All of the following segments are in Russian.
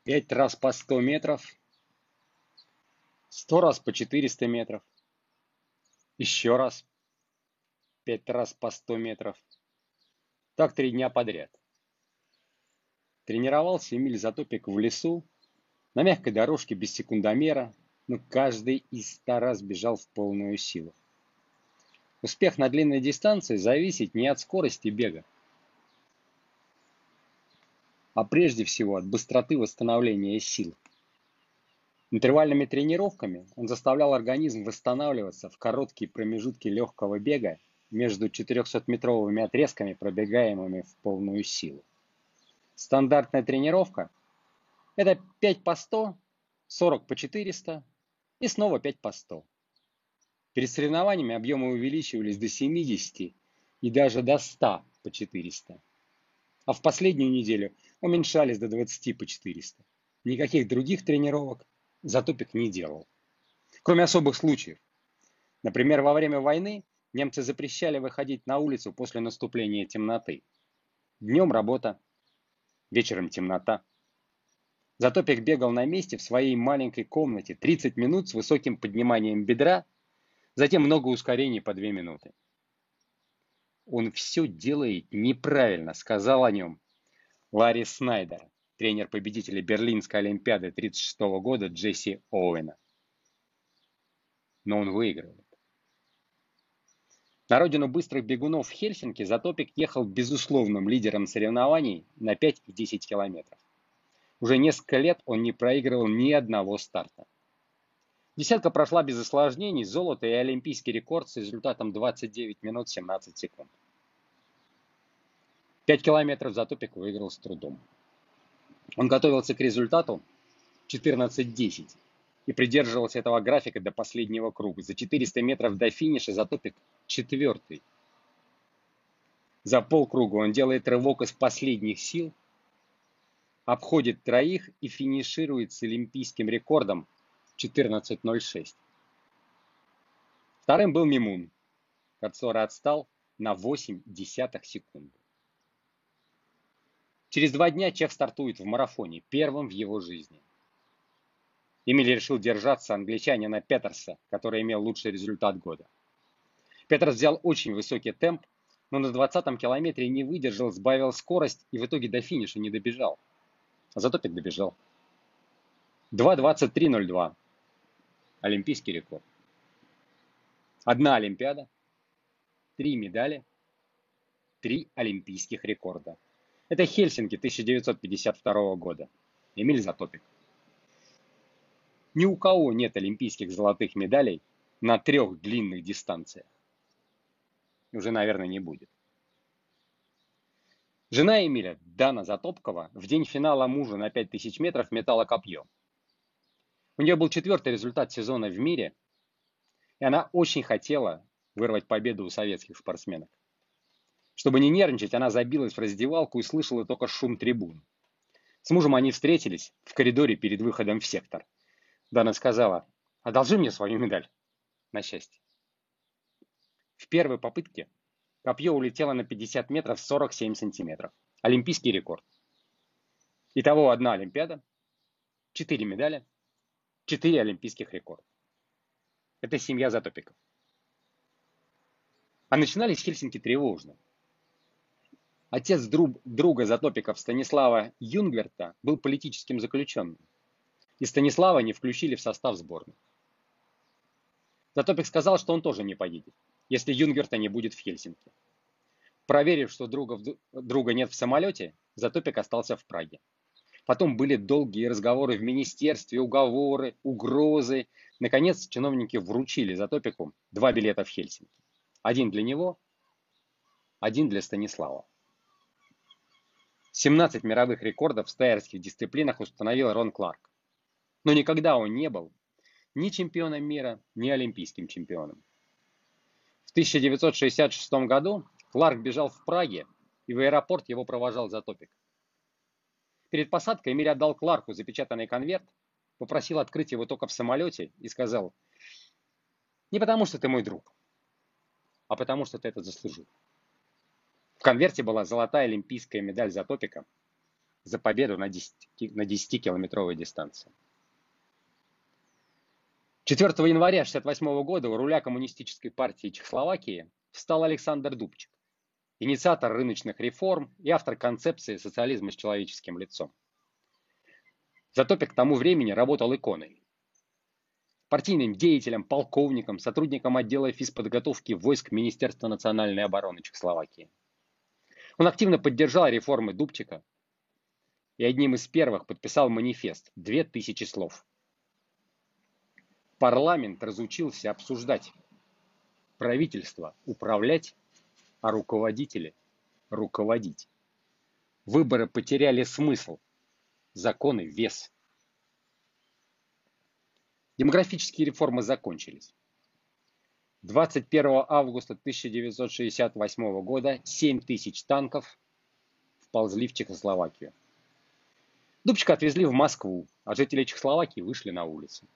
5 раз по 100 метров, 100 раз по 400 метров, еще раз 5 раз по 100 метров. Так 3 дня подряд. Тренировался Эмиль Затопик в лесу, на мягкой дорожке без секундомера, но каждый из 100 раз бежал в полную силу. Успех на длинной дистанции зависит не от скорости бега, а прежде всего от быстроты восстановления сил. Интервальными тренировками он заставлял организм восстанавливаться в короткие промежутки легкого бега между 400-метровыми отрезками, пробегаемыми в полную силу. Стандартная тренировка – это 5 по 100, 40 по 400 и снова 5 по 100. Перед соревнованиями объемы увеличивались до 70 и даже до 100 по 400. А в последнюю неделю уменьшались до 20 по 400. Никаких других тренировок Затопик не делал. Кроме особых случаев. Например, во время войны немцы запрещали выходить на улицу после наступления темноты. Днем работа, вечером темнота. Затопик бегал на месте в своей маленькой комнате 30 минут с высоким подниманием бедра, затем много ускорений по 2 минуты. Он все делает неправильно, сказал о нем Ларри Снайдер, тренер победителя Берлинской Олимпиады 1936 года Джесси Оуэна. Но он выигрывает. На родину быстрых бегунов в Хельсинки Затопик ехал безусловным лидером соревнований на 5 и 10 километров. Уже несколько лет он не проигрывал ни одного старта. Десятка прошла без осложнений, золото и олимпийский рекорд с результатом 29 минут 17 секунд. 5 километров Затопик выиграл с трудом. Он готовился к результату 14:10 и придерживался этого графика до последнего круга. За 400 метров до финиша Затопик четвертый. За полкруга он делает рывок из последних сил, обходит троих и финиширует с олимпийским рекордом 14:06. Вторым был Мимун, который отстал на 0,8 секунды. Через 2 дня чех стартует в марафоне, первым в его жизни. Эмиль решил держаться англичанина Петерса, который имел лучший результат года. Петерс взял очень высокий темп, но на 20-м километре не выдержал, сбавил скорость и в итоге до финиша не добежал. А Затопик добежал. 2:23:02. Олимпийский рекорд. Одна Олимпиада, 3 медали, 3 олимпийских рекорда. Это Хельсинки 1952 года. Эмиль Затопик. Ни у кого нет олимпийских золотых медалей на 3 длинных дистанциях. Уже, наверное, не будет. Жена Эмиля, Дана Затопкова, в день финала мужа на 5000 метров метала копье. У нее был 4-й результат сезона в мире, и она очень хотела вырвать победу у советских спортсменок. Чтобы не нервничать, она забилась в раздевалку и слышала только шум трибун. С мужем они встретились в коридоре перед выходом в сектор. Дана сказала: «Одолжи мне свою медаль на счастье». В первой попытке копье улетело на 50 метров 47 сантиметров. Олимпийский рекорд. Итого 1 Олимпиада, 4 медали, 4 олимпийских рекорда. Это семья Затопиков. А начинались Хельсинки тревожно. Отец друга Затопиков Станислава Юнгверта был политическим заключенным. И Станислава не включили в состав сборной. Затопик сказал, что он тоже не поедет, если Юнгверта не будет в Хельсинки. Проверив, что друга нет в самолете, Затопик остался в Праге. Потом были долгие разговоры в министерстве, уговоры, угрозы. Наконец, чиновники вручили Затопику 2 билета в Хельсинки. Один для него, один для Станислава. 17 мировых рекордов в стайерских дисциплинах установил Рон Кларк. Но никогда он не был ни чемпионом мира, ни олимпийским чемпионом. В 1966 году Кларк бежал в Праге, и в аэропорт его провожал Затопик. Перед посадкой Эмиль отдал Кларку запечатанный конверт, попросил открыть его только в самолете и сказал: «Не потому, что ты мой друг, а потому, что ты это заслужил». В конверте была золотая олимпийская медаль Затопика за победу на 10-километровой дистанции. 4 января 1968 года у руля Коммунистической партии Чехословакии встал Александр Дубчик, инициатор рыночных реформ и автор концепции социализма с человеческим лицом. Затопик к тому времени работал иконой. Партийным деятелем, полковником, сотрудником отдела физподготовки войск Министерства национальной обороны Чехословакии. Он активно поддержал реформы Дубчика и одним из первых подписал манифест 2000 слов. Парламент разучился обсуждать, правительство управлять, а руководители руководить. Выборы потеряли смысл, законы вес. Демографические реформы закончились. 21 августа 1968 года 7 тысяч танков вползли в Чехословакию. Дубчика отвезли в Москву, а жители Чехословакии вышли на улицы.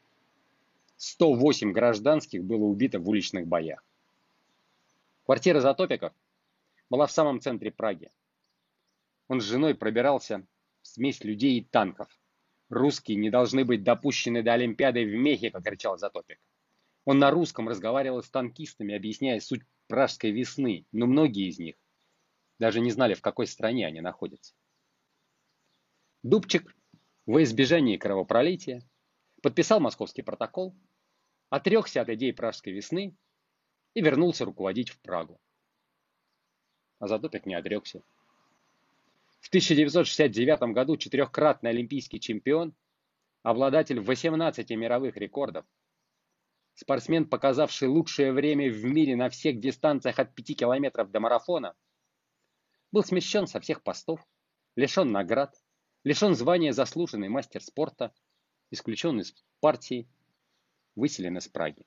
108 гражданских было убито в уличных боях. Квартира Затопика была в самом центре Праги. Он с женой пробирался в смесь людей и танков. «Русские не должны быть допущены до Олимпиады в Мехико», кричал Затопик. Он на русском разговаривал с танкистами, объясняя суть Пражской весны, но многие из них даже не знали, в какой стране они находятся. Дубчик во избежание кровопролития подписал Московский протокол, отрекся от идей Пражской весны и вернулся руководить в Прагу. А Затопик не отрекся. В 1969 году четырехкратный олимпийский чемпион, обладатель 18 мировых рекордов, спортсмен, показавший лучшее время в мире на всех дистанциях от 5 километров до марафона, был смещен со всех постов, лишен наград, лишен звания заслуженный мастер спорта, исключен из партии, выселен из Праги.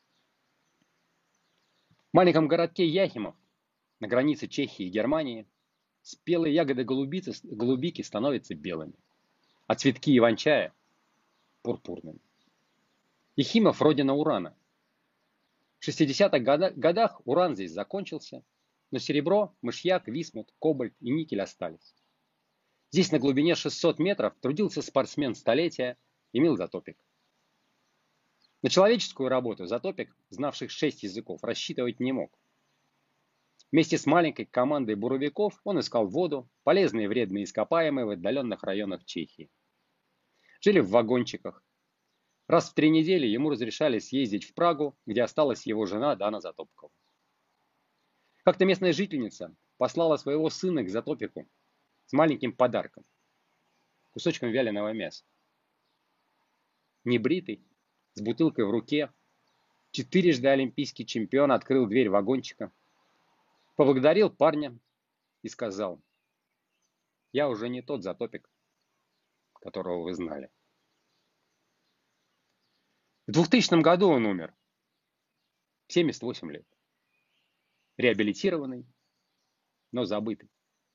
В маленьком городке Яхимов, на границе Чехии и Германии, спелые ягоды голубики становятся белыми, а цветки иван-чая – пурпурными. Ехимов – родина урана. В 60-х годах уран здесь закончился, но серебро, мышьяк, висмут, кобальт и никель остались. Здесь на глубине 600 метров трудился спортсмен столетия Эмил Затопик. На человеческую работу Затопик, знавших 6 языков, рассчитывать не мог. Вместе с маленькой командой буровиков он искал воду, полезные и вредные ископаемые в отдаленных районах Чехии. Жили в вагончиках. Раз в 3 недели ему разрешали съездить в Прагу, где осталась его жена Дана Затопкова. Как-то местная жительница послала своего сына к Затопику с маленьким подарком – кусочком вяленого мяса. Небритый, с бутылкой в руке, 4-жды олимпийский чемпион открыл дверь вагончика, поблагодарил парня и сказал: «Я уже не тот Затопик, которого вы знали». В 2000 году он умер, в 78 лет, реабилитированный, но забытый.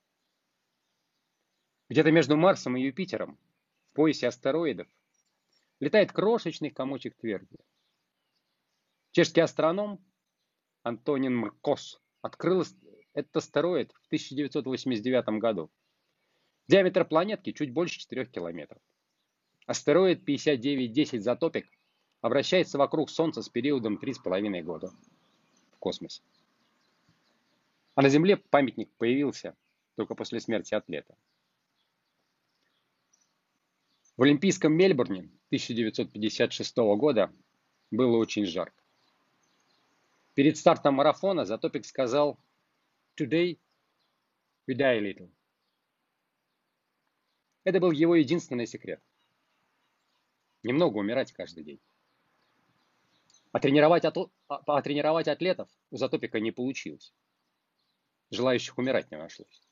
Где-то между Марсом и Юпитером, в поясе астероидов, летает крошечный комочек тверди. Чешский астроном Антонин Мркос открыл этот астероид в 1989 году. Диаметр планетки чуть больше 4 километров. Астероид 5910 Затопик обращается вокруг Солнца с периодом 3,5 года в космосе. А на Земле памятник появился только после смерти атлета. В Олимпийском Мельбурне 1956 года было очень жарко. Перед стартом марафона Затопик сказал: «Today we die a little». Это был его единственный секрет. Немного умирать каждый день. А тренировать атлетов у Затопика не получилось. Желающих умирать не нашлось.